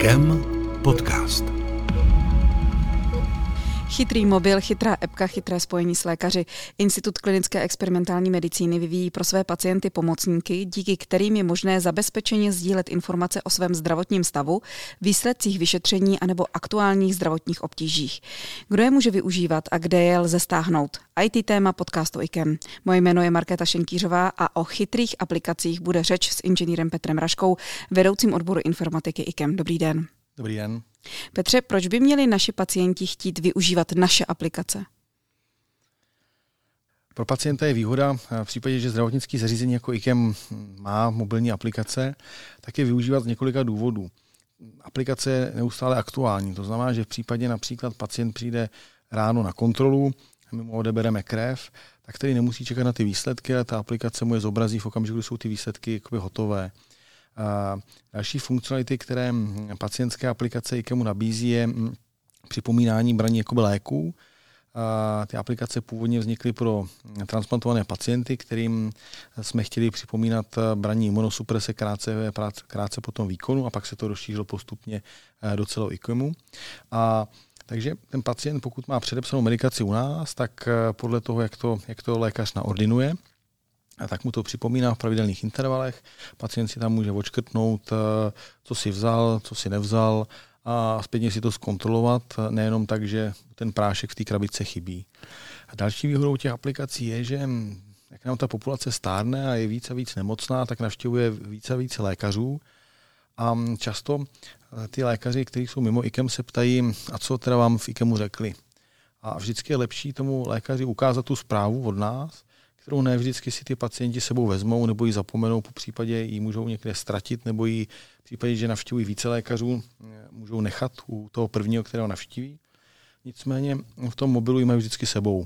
IKEM podcast. Chytrý mobil, chytrá appka, chytré spojení s lékaři. Institut klinické experimentální medicíny vyvíjí pro své pacienty pomocníky, díky kterým je možné zabezpečeně sdílet informace o svém zdravotním stavu, výsledcích vyšetření anebo aktuálních zdravotních obtížích. Kdo je může využívat a kde je lze stáhnout? IT téma podcastu IKEM. Moje jméno je Markéta Šenkýřová a o chytrých aplikacích bude řeč s inženýrem Petrem Raškou, vedoucím odboru informatiky IKEM. Dobrý den. Dobrý den. Petře, proč by měli naši pacienti chtít využívat naše aplikace? Pro pacienta je výhoda v případě, že zdravotnické zařízení jako IKEM má mobilní aplikace, tak je využívat z několika důvodů. Aplikace je neustále aktuální, to znamená, že v případě například pacient přijde ráno na kontrolu, my mu odebereme krev, tak tedy nemusí čekat na ty výsledky, ale ta aplikace mu je zobrazí v okamžiku, kdy jsou ty výsledky jakoby hotové. Další funkcionality, které pacientské aplikace IKEMu nabízí, je připomínání braní jakoby léků. Ty aplikace původně vznikly pro transplantované pacienty, kterým jsme chtěli připomínat braní imunosuprese krátce po tom výkonu a pak se to rozšířilo postupně do celého IKEMu. Takže ten pacient, pokud má předepsanou medikaci u nás, tak podle toho, jak to lékař naordinuje, a tak mu to připomíná v pravidelných intervalech. Pacient si tam může odškrtnout, co si vzal, co si nevzal a zpětně si to zkontrolovat, nejenom tak, že ten prášek v té krabičce chybí. A další výhodou těch aplikací je, že jak nám ta populace stárne a je víc a víc nemocná, tak navštěvuje více a více lékařů. A často ty lékaři, kteří jsou mimo IKEM, se ptají, a co teda vám v IKEMu řekli. A vždycky je lepší tomu lékaři ukázat tu zprávu od nás, kterou ne vždycky si ty pacienti sebou vezmou nebo ji zapomenou, po případě ji můžou někde ztratit, nebo ji v případě, že navštěvují více lékařů, můžou nechat u toho prvního, kterého navštíví. Nicméně v tom mobilu ji mají vždycky sebou.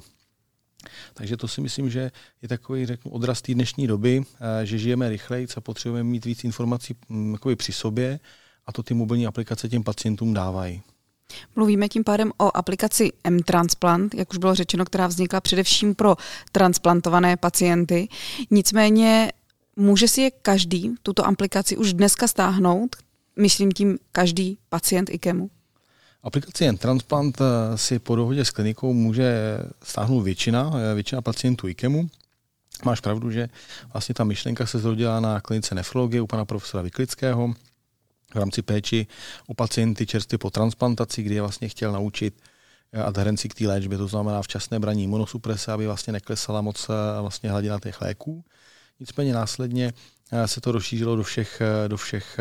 Takže to si myslím, že je takový, odraz té dnešní doby, že žijeme rychleji a potřebujeme mít víc informací při sobě a to ty mobilní aplikace těm pacientům dávají. Mluvíme tím pádem o aplikaci mTransplant, jak už bylo řečeno, která vznikla především pro transplantované pacienty. Nicméně může si je každý tuto aplikaci už dneska stáhnout, myslím tím každý pacient IKEMu? Aplikaci mTransplant si po dohodě s klinikou může stáhnout většina pacientů IKEMu. Máš pravdu, že vlastně ta myšlenka se zrodila na klinice nefrologie u pana profesora Vyklického v rámci péči o pacienty čerstvě po transplantaci, kdy je vlastně chtěl naučit adherenci k té léčbě, to znamená včasné braní imunosuprese, aby vlastně neklesala moc vlastně hladina těch léků. Nicméně následně se to rozšířilo do všech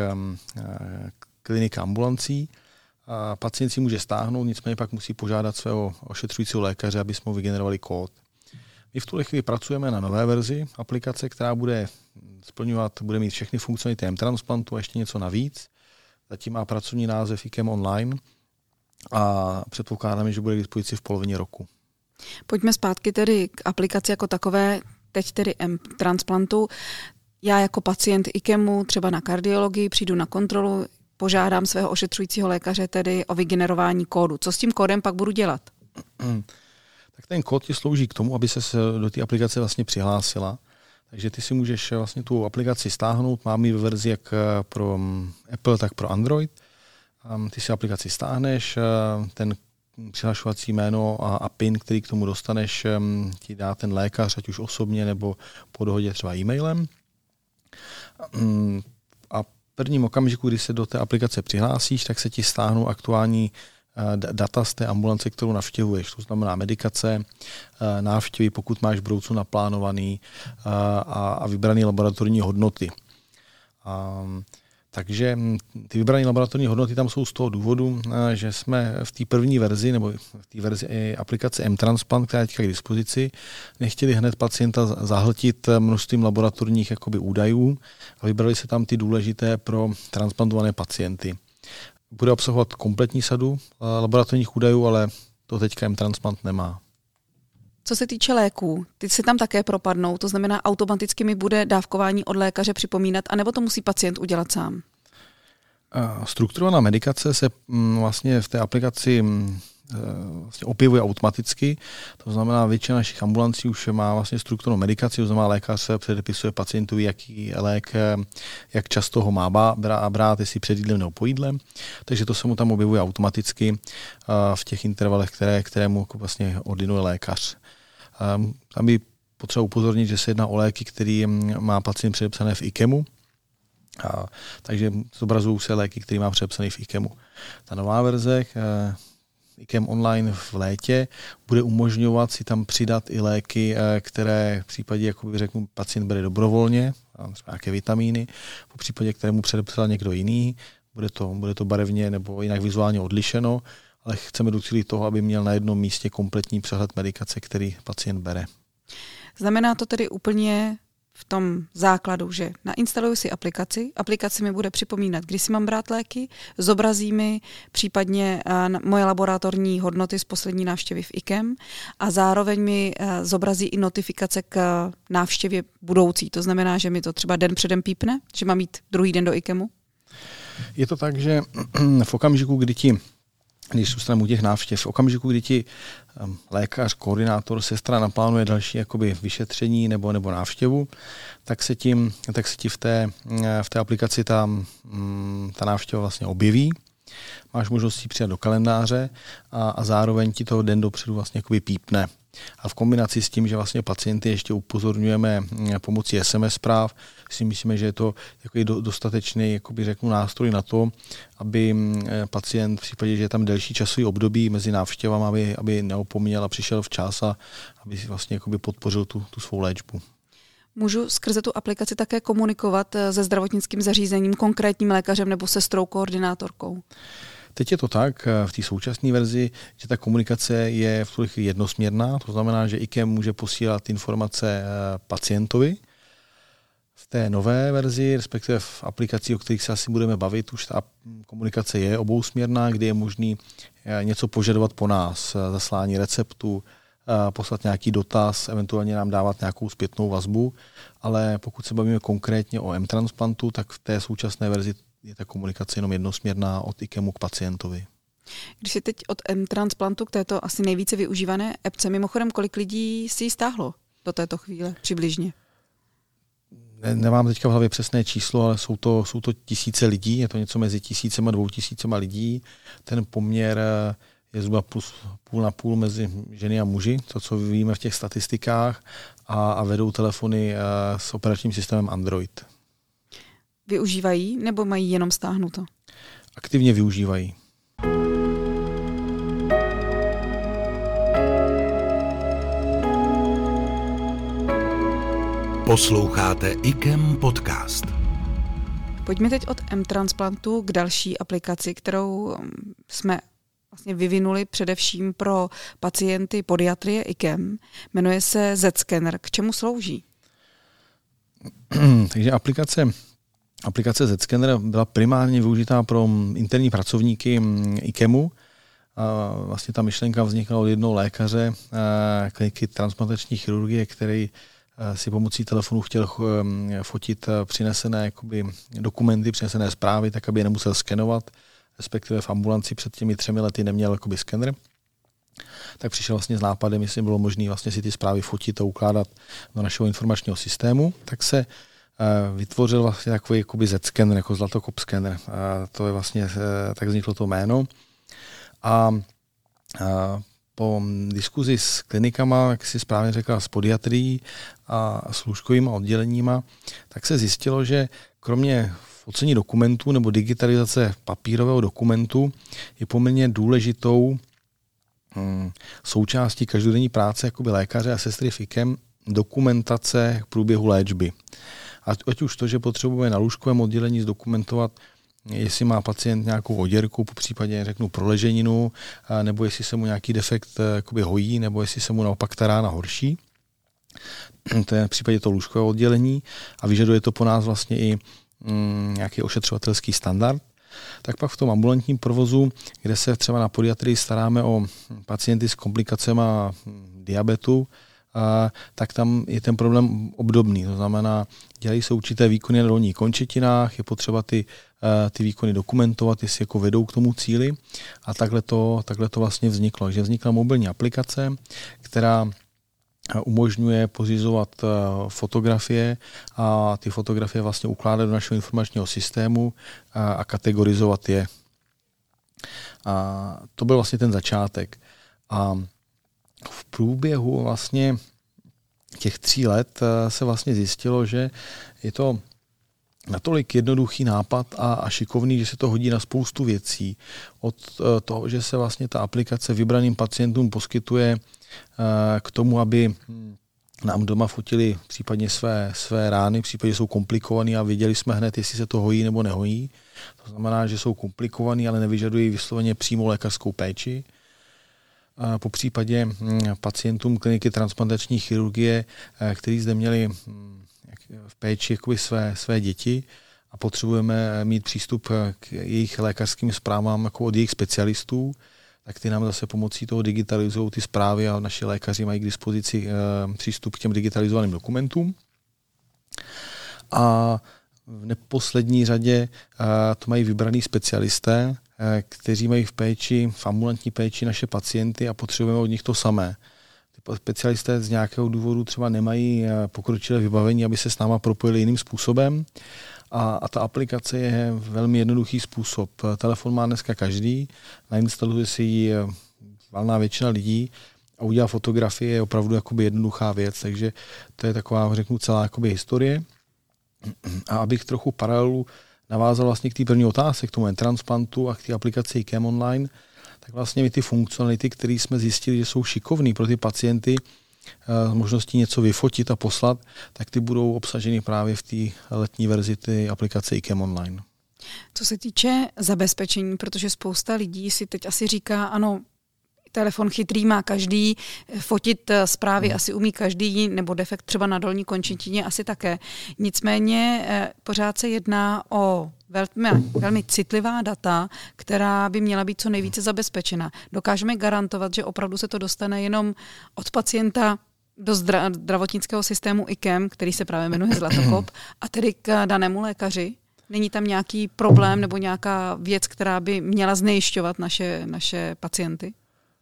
klinik a ambulancí. Pacient si může stáhnout, nicméně pak musí požádat svého ošetřujícího lékaře, aby jsme mu vygenerovali kód. My v tuhle chvíli pracujeme na nové verzi aplikace, která bude mít všechny funkcionality mTransplantu a ještě něco navíc. Zatím má pracovní název IKEM Online a předpokládáme, že bude k dispozici v polovině roku. Pojďme zpátky tedy k aplikaci jako takové, teď tedy mTransplantu. Já jako pacient IKEMu třeba na kardiologii přijdu na kontrolu, požádám svého ošetřujícího lékaře tedy o vygenerování kódu. Co s tím kódem pak budu dělat? Tak ten kód ti slouží k tomu, aby se do té aplikace vlastně přihlásila. Takže ty si můžeš vlastně tu aplikaci stáhnout, mám ji ve verzi jak pro Apple, tak pro Android. Ty si aplikaci stáhneš, ten přihlašovací jméno a PIN, který k tomu dostaneš, ti dá ten lékař, ať už osobně nebo po dohodě třeba e-mailem. A v prvním okamžiku, kdy se do té aplikace přihlásíš, tak se ti stáhnou aktuální data z té ambulance, kterou navštěvuješ. To znamená medikace, návštěvy, pokud máš v budoucnu naplánovaný a vybrané laboratorní hodnoty. Takže ty vybrané laboratorní hodnoty tam jsou z toho důvodu, že jsme v té první verzi, nebo v té verzi aplikace mTransplant, která je teď k dispozici, nechtěli hned pacienta zahltit množstvím laboratorních údajů a vybrali se tam ty důležité pro transplantované pacienty. Bude obsahovat kompletní sadu laboratorních údajů, ale to teďka mTransplant nemá. Co se týče léků, ty se tam také propadnou, to znamená automaticky mi bude dávkování od lékaře připomínat, anebo to musí pacient udělat sám? Strukturovaná medikace se vlastně v té aplikaci vlastně objevuje automaticky. To znamená, většina našich ambulancí už má vlastně strukturnou medikaci, to znamená, lékař předepisuje pacientovi, jaký lék, jak často ho má brát, jestli před jídlem nebo po jídlem. Takže to se mu tam objevuje automaticky v těch intervalech, které mu vlastně ordinuje lékař. Tam by potřeba upozornit, že se jedná o léky, který má pacient předepsané v IKEMu, takže zobrazují se léky, které má předepsané v IKEMu. Ta nová verze IKEM online v létě bude umožňovat si tam přidat i léky, které v případě, jakoby řeknu, pacient bere dobrovolně, nějaké vitamíny, v případě, kterému předepsal někdo jiný, bude to barevně nebo jinak vizuálně odlišeno, ale chceme docílit toho, aby měl na jednom místě kompletní přehled medikace, který pacient bere. Znamená to tedy úplně v tom základu, že nainstaluju si aplikace mi bude připomínat, kdy si mám brát léky, zobrazí mi případně moje laboratorní hodnoty z poslední návštěvy v IKEM a zároveň mi zobrazí i notifikace k návštěvě budoucí. To znamená, že mi to třeba den předem pípne, že mám jít druhý den do IKEMu? Je to tak, že v okamžiku, když zůstaneme u těch návštěv, v okamžiku, kdy ti lékař, koordinátor, sestra naplánuje další jakoby vyšetření nebo návštěvu, tak se ti v té aplikaci ta návštěva vlastně objeví. Máš možnost ji přidat do kalendáře a zároveň ti to den dopředu vlastně jakoby pípne. A v kombinaci s tím, že vlastně pacienty ještě upozorňujeme pomocí SMS zpráv, si myslíme, že je to jako dostatečný, jakoby řeknu, nástroj na to, aby pacient v případě, že je tam delší časový období mezi návštěvami, aby neopomněl a přišel včas a aby si vlastně jakoby podpořil tu svou léčbu. Můžu skrze tu aplikaci také komunikovat se zdravotnickým zařízením, konkrétním lékařem nebo sestrou koordinátorkou? Teď je to tak v té současné verzi, že ta komunikace je v tuhle chvíli jednosměrná, to znamená, že IKEM může posílat informace pacientovi. V té nové verzi, respektive v aplikaci, o kterých se asi budeme bavit, už ta komunikace je obousměrná, kdy je možný něco požadovat po nás, zaslání receptu, poslat nějaký dotaz, eventuálně nám dávat nějakou zpětnou vazbu, ale pokud se bavíme konkrétně o M-transplantu, tak v té současné verzi je ta komunikace jenom jednosměrná od IKEMu k pacientovi. Když si teď od M-transplantu k této asi nejvíce využívané appce, mimochodem, kolik lidí si ji stáhlo do této chvíle přibližně? Nemám teďka v hlavě přesné číslo, ale jsou to tisíce lidí, je to něco mezi 1000 a 2000 lidí. Ten poměr je zhruba půl na půl mezi ženy a muži, to, co víme v těch statistikách, a vedou telefony s operačním systémem Android. Využívají nebo mají jenom stáhnuto? Aktivně využívají. Posloucháte IKEM podcast. Pojďme teď od M-transplantu k další aplikaci, kterou jsme vlastně vyvinuli především pro pacienty podiatrie IKEM. Jmenuje se Z-scanner. K čemu slouží? Takže aplikace Z-scanner byla primárně využitá pro interní pracovníky IKEMu. Vlastně ta myšlenka vznikla od jednoho lékaře kliniky transplantační chirurgie, který si pomocí telefonu chtěl fotit přinesené jakoby dokumenty, přinesené zprávy, tak aby je nemusel skenovat, respektive v ambulanci před těmi 3 lety neměl jakoby skener. Tak přišel vlastně s nápadem, jestli bylo možné vlastně si ty zprávy fotit a ukládat do našeho informačního systému, tak se vytvořil vlastně takový jakoby Z-scanner, jako zlatokop scanner. To je vlastně, tak vzniklo to jméno. A po diskuzi s klinikama, jak si správně řekla, s podiatrií a s lůžkovými odděleníma, tak se zjistilo, že kromě focení dokumentů nebo digitalizace papírového dokumentu je poměrně důležitou součástí každodenní práce jakoby lékaře a sestry v IKEM dokumentace k průběhu léčby. Ať už to, že potřebujeme na lůžkovém oddělení zdokumentovat, jestli má pacient nějakou oděrku, po případě řeknu proleženinu, nebo jestli se mu nějaký defekt jakoby hojí, nebo jestli se mu naopak ta rána horší. To je v případě toho lůžkového oddělení a vyžaduje to po nás vlastně i nějaký ošetřovatelský standard. Tak pak v tom ambulantním provozu, kde se třeba na podiatrii staráme o pacienty s komplikacemi diabetu, tak tam je ten problém obdobný. To znamená, dělají se určité výkony na dolních končetinách, je potřeba ty výkony dokumentovat, jestli jako vedou k tomu cíli. A takhle to vlastně vzniklo. Takže vznikla mobilní aplikace, která umožňuje pořizovat fotografie a ty fotografie vlastně ukládat do našeho informačního systému a kategorizovat je. A to byl vlastně ten začátek. A v průběhu vlastně těch 3 let se vlastně zjistilo, že je to natolik jednoduchý nápad a šikovný, že se to hodí na spoustu věcí. Od toho, že se vlastně ta aplikace vybraným pacientům poskytuje k tomu, aby nám doma fotili případně své rány, v případě, že jsou komplikovaný a viděli jsme hned, jestli se to hojí nebo nehojí. To znamená, že jsou komplikovaný, ale nevyžadují vysloveně přímou lékařskou péči. Po případě pacientům kliniky transplantační chirurgie, kteří zde měli v péči jakoby své děti a potřebujeme mít přístup k jejich lékařským zprávám jako od jejich specialistů, tak ty nám zase pomocí toho digitalizují ty zprávy a naši lékaři mají k dispozici přístup k těm digitalizovaným dokumentům. A v neposlední řadě to mají vybraný specialisté, kteří mají v ambulantní péči naše pacienty a potřebujeme od nich to samé. Ty specialisté z nějakého důvodu třeba nemají pokročilé vybavení, aby se s náma propojili jiným způsobem. A ta aplikace je velmi jednoduchý způsob. Telefon má dneska každý, nainstaluje si ji valná většina lidí a udělá fotografie je opravdu jakoby jednoduchá věc, takže to je taková, řeknu, celá jakoby historie. A abych trochu paralelu navázal vlastně k té první otázce, k tomu transplantu a k té aplikaci IKEM Online, tak vlastně my ty funkcionality, které jsme zjistili, že jsou šikovné pro ty pacienty, možností něco vyfotit a poslat, tak ty budou obsaženy právě v té letní verzi ty aplikace IKEM Online. Co se týče zabezpečení, protože spousta lidí si teď asi říká, ano, telefon chytrý má každý, fotit zprávy asi umí každý, nebo defekt třeba na dolní končetině asi také. Nicméně pořád se jedná o velmi citlivá data, která by měla být co nejvíce zabezpečena. Dokážeme garantovat, že opravdu se to dostane jenom od pacienta do zdravotnického systému IKEM, který se právě jmenuje Zlatokop, a tedy k danému lékaři? Není tam nějaký problém nebo nějaká věc, která by měla znejišťovat naše pacienty?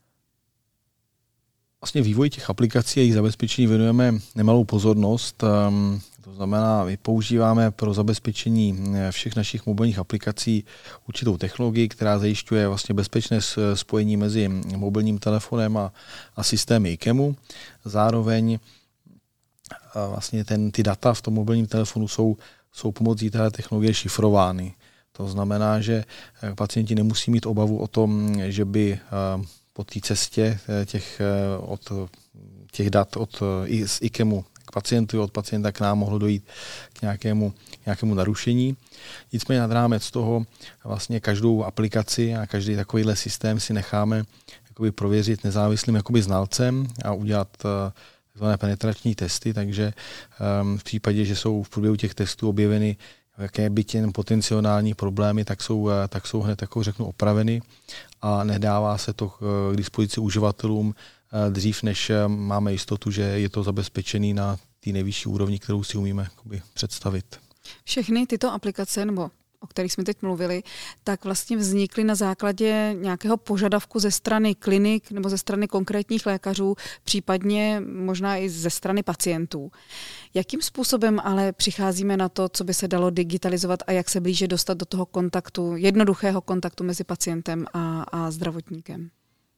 Vlastně vývoj těch aplikací a jejich zabezpečení věnujeme nemalou pozornost. To znamená, my používáme pro zabezpečení všech našich mobilních aplikací určitou technologii, která zajišťuje vlastně bezpečné spojení mezi mobilním telefonem a systémy IKEMu. Zároveň vlastně ty data v tom mobilním telefonu jsou pomocí té technologie šifrovány. To znamená, že pacienti nemusí mít obavu o tom, že by po té cestě těch dat z IKEMu k pacientu, od pacienta k nám mohlo dojít k nějakému narušení. Nicméně nad rámec toho vlastně každou aplikaci a každý takovýhle systém si necháme jakoby prověřit nezávislým jakoby znalcem a udělat takzvané penetrační testy, takže v případě, že jsou v průběhu těch testů objeveny jaké by těm potenciální problémy, tak jsou hned, jako řeknu, opraveny a nedává se to k dispozici uživatelům dřív, než máme jistotu, že je to zabezpečený na té nejvyšší úrovni, kterou si umíme představit. Všechny tyto aplikace, nebo o kterých jsme teď mluvili, tak vlastně vznikly na základě nějakého požadavku ze strany klinik nebo ze strany konkrétních lékařů, případně možná i ze strany pacientů. Jakým způsobem ale přicházíme na to, co by se dalo digitalizovat a jak se blíže dostat do toho kontaktu, jednoduchého kontaktu mezi pacientem a zdravotníkem?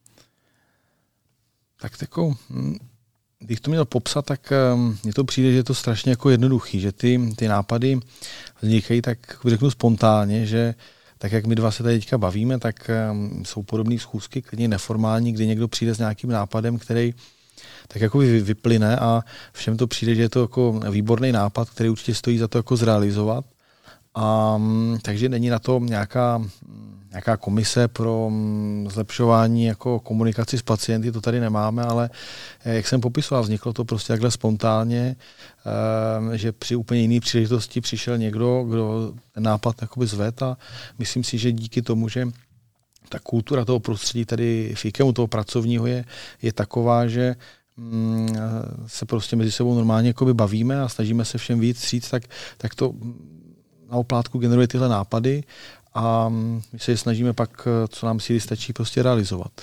Tak jako, když to měl popsat, tak mně to přijde, že je to strašně jako jednoduchý, že ty nápady vznikají tak, řeknu, spontánně, že tak, jak my dva se tady teďka bavíme, tak jsou podobné schůzky, klidně neformální, kdy někdo přijde s nějakým nápadem, který tak jako vyplyne a všem to přijde, že je to jako výborný nápad, který určitě stojí za to jako zrealizovat. A takže není na to nějaká komise pro zlepšování jako komunikaci s pacienty, to tady nemáme, ale jak jsem popisoval, vzniklo to prostě takhle spontánně, že při úplně jiné příležitosti přišel někdo, kdo ten nápad jakoby zved a myslím si, že díky tomu, že ta kultura toho prostředí tady v IKEMu, toho pracovního je taková, že se prostě mezi sebou normálně jakoby bavíme a snažíme se všem víc říct, tak to na oplátku generuje tyhle nápady a my se je snažíme pak, co nám síly stačí, prostě realizovat.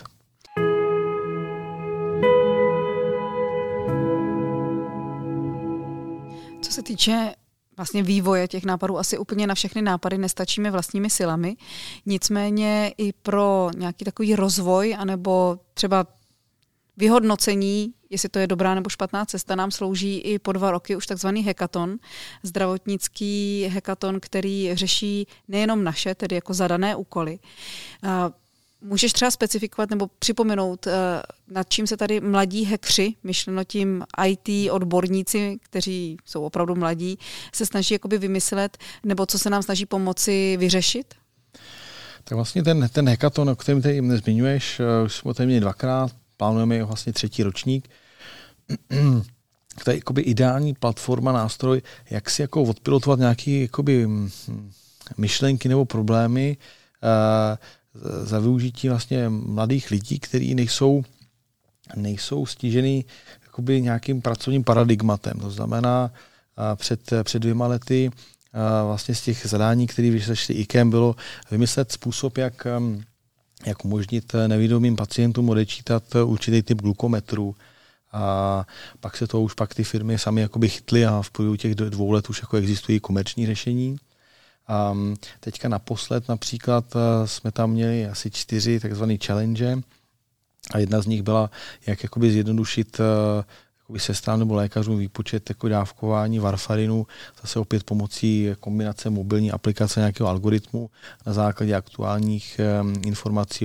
Co se týče vlastně vývoje těch nápadů, asi úplně na všechny nápady nestačíme vlastními silami, nicméně i pro nějaký takový rozvoj anebo třeba vyhodnocení, jestli to je dobrá nebo špatná cesta, nám slouží i po 2 roky už takzvaný hackathon, zdravotnický hackathon, který řeší nejenom naše, tedy jako zadané úkoly. Můžeš třeba specifikovat nebo připomenout, nad čím se tady mladí hackři, myšleno tím IT odborníci, kteří jsou opravdu mladí, se snaží jakoby vymyslet, nebo co se nám snaží pomoci vyřešit? Tak vlastně ten hackathon, o kterém tady nezmiňuješ, už jsme tady měli 2krát, plánujeme vlastně 3. ročník. To je jakoby ideální platforma, nástroj, jak si jako odpilotovat nějaké jakoby myšlenky nebo problémy za využití vlastně mladých lidí, kteří nejsou stížený jakoby nějakým pracovním paradigmatem. To znamená, před 2 lety vlastně z těch zadání, které vyšly IKEM, bylo vymyslet způsob, jak umožnit nevidomým pacientům odečítat určitý typ glukometru. A pak ty firmy sami jakoby chytly a v průběhu těch 2 let už jako existují komerční řešení. A teďka naposled například jsme tam měli asi 4 takzvané challenge a jedna z nich byla, jak jakoby zjednodušit sestrám nebo lékařům výpočet jako dávkování varfarinu, zase opět pomocí kombinace mobilní aplikace nějakého algoritmu na základě aktuálních informací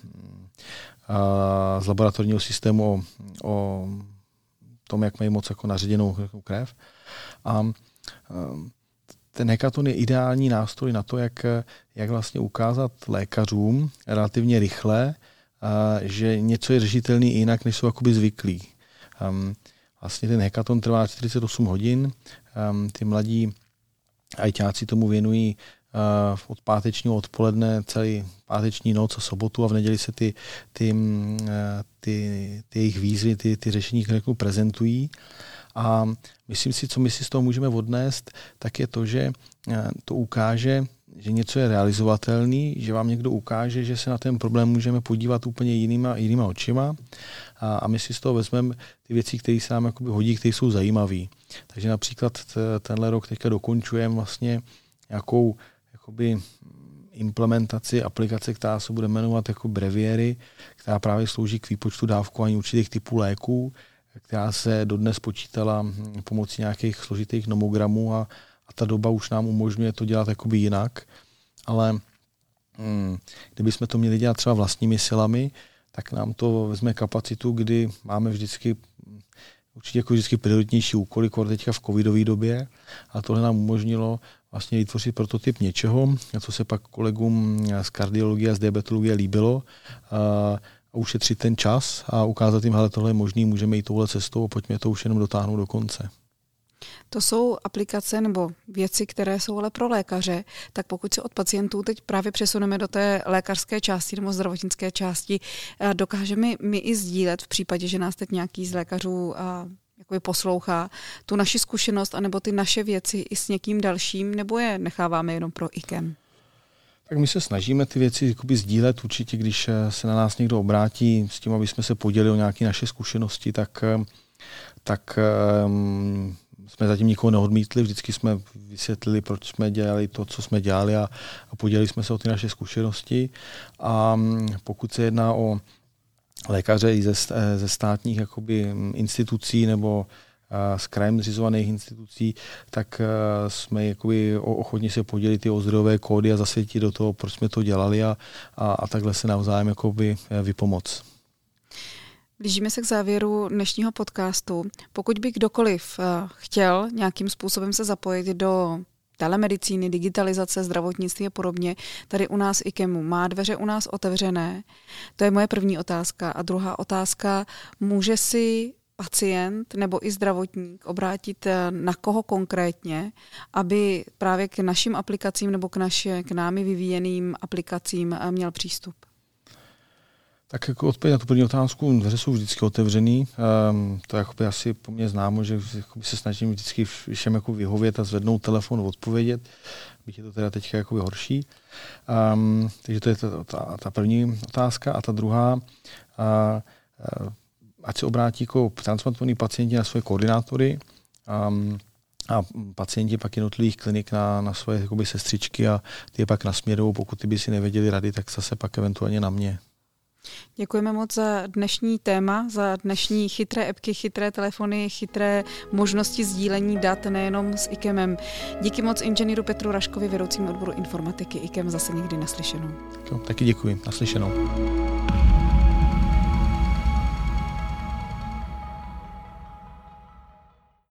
z laboratorního systému o tom, jak mají moc jako naředěnou krev. A ten hackathon je ideální nástroj na to, jak vlastně ukázat lékařům relativně rychle, že něco je řešitelný jinak, než jsou jakoby zvyklí. Vlastně ten hackathon trvá 48 hodin. Ty mladí ajťáci tomu věnují od pátečního odpoledne celý páteční noc a sobotu a v neděli se ty jejich výzvy, ty řešení prezentují. A myslím si, co my si z toho můžeme odnést, tak je to, že to ukáže, že něco je realizovatelný, že vám někdo ukáže, že se na ten problém můžeme podívat úplně jinýma očima a my si z toho vezmeme ty věci, které se nám jakoby hodí, které jsou zajímavé. Takže například tenhle rok teďka dokončujeme vlastně nějakou jakoby implementaci aplikace, která se bude jmenovat jako Breviary, která právě slouží k výpočtu dávkování určitých typů léků, která se dodnes počítala pomocí nějakých složitých nomogramů a ta doba už nám umožňuje to dělat jakoby jinak, ale kdybychom to měli dělat třeba vlastními silami, tak nám to vezme kapacitu, kdy máme určitě prioritnější úkoly, jako teďka v covidové době, a tohle nám umožnilo vlastně vytvořit prototyp něčeho, co se pak kolegům z kardiologie a z diabetologie líbilo, a ušetřit ten čas a ukázat jim, hele, tohle je možný, můžeme jít touhle cestou a pojďme to už jenom dotáhnout do konce. To jsou aplikace nebo věci, které jsou ale pro lékaře, tak pokud se od pacientů teď právě přesuneme do té lékařské části nebo zdravotnické části, dokážeme my i sdílet v případě, že nás teď nějaký z lékařů jakoby poslouchá, tu naši zkušenost anebo ty naše věci i s někým dalším, nebo je necháváme jenom pro IKEM? Tak my se snažíme ty věci jakoby sdílet určitě, když se na nás někdo obrátí s tím, aby jsme se podělili o nějaké naše zkušenosti, tak jsme zatím nikoho neodmítli, vždycky jsme vysvětlili, proč jsme dělali to, co jsme dělali a podělili jsme se o ty naše zkušenosti. A pokud se jedná o lékaře i ze státních jakoby institucí nebo z krajem zřizovaných institucí, tak jsme jakoby ochotni se podělit ty o zdrojové kódy a zasvětit do toho, proč jsme to dělali a takhle se navzájem jakoby vypomoc. Blížíme se k závěru dnešního podcastu. Pokud by kdokoliv chtěl nějakým způsobem se zapojit do telemedicíny, digitalizace, zdravotnictví a podobně, tady u nás IKEMu má dveře u nás otevřené. To je moje první otázka. A druhá otázka, může si pacient nebo i zdravotník obrátit na koho konkrétně, aby právě k našim aplikacím nebo k námi vyvíjeným aplikacím měl přístup? Tak jako odpověď na tu první otázku, dveře jsou vždycky otevřený. To je asi po mně známo, že se snažím vždycky všem jako vyhovět a zvednout telefon, odpovědět, byť je to teda teďka jako horší. Takže to je ta první otázka. A ta druhá, ať se obrátí jako transplantovaní pacienti na svoje koordinátory a pacienti pak jednotlivých klinik na svoje jakoby sestřičky a ty je pak nasměrují, pokud ty by si nevěděli rady, tak zase pak eventuálně na mě. Děkujeme moc za dnešní téma, za dnešní chytré appky, chytré telefony, chytré možnosti sdílení dat nejenom s IKEMem. Díky moc inženýru Petru Raškovi, vedoucímu odboru informatiky IKEM, zase někdy naslyšenou. Taky děkuji, naslyšenou.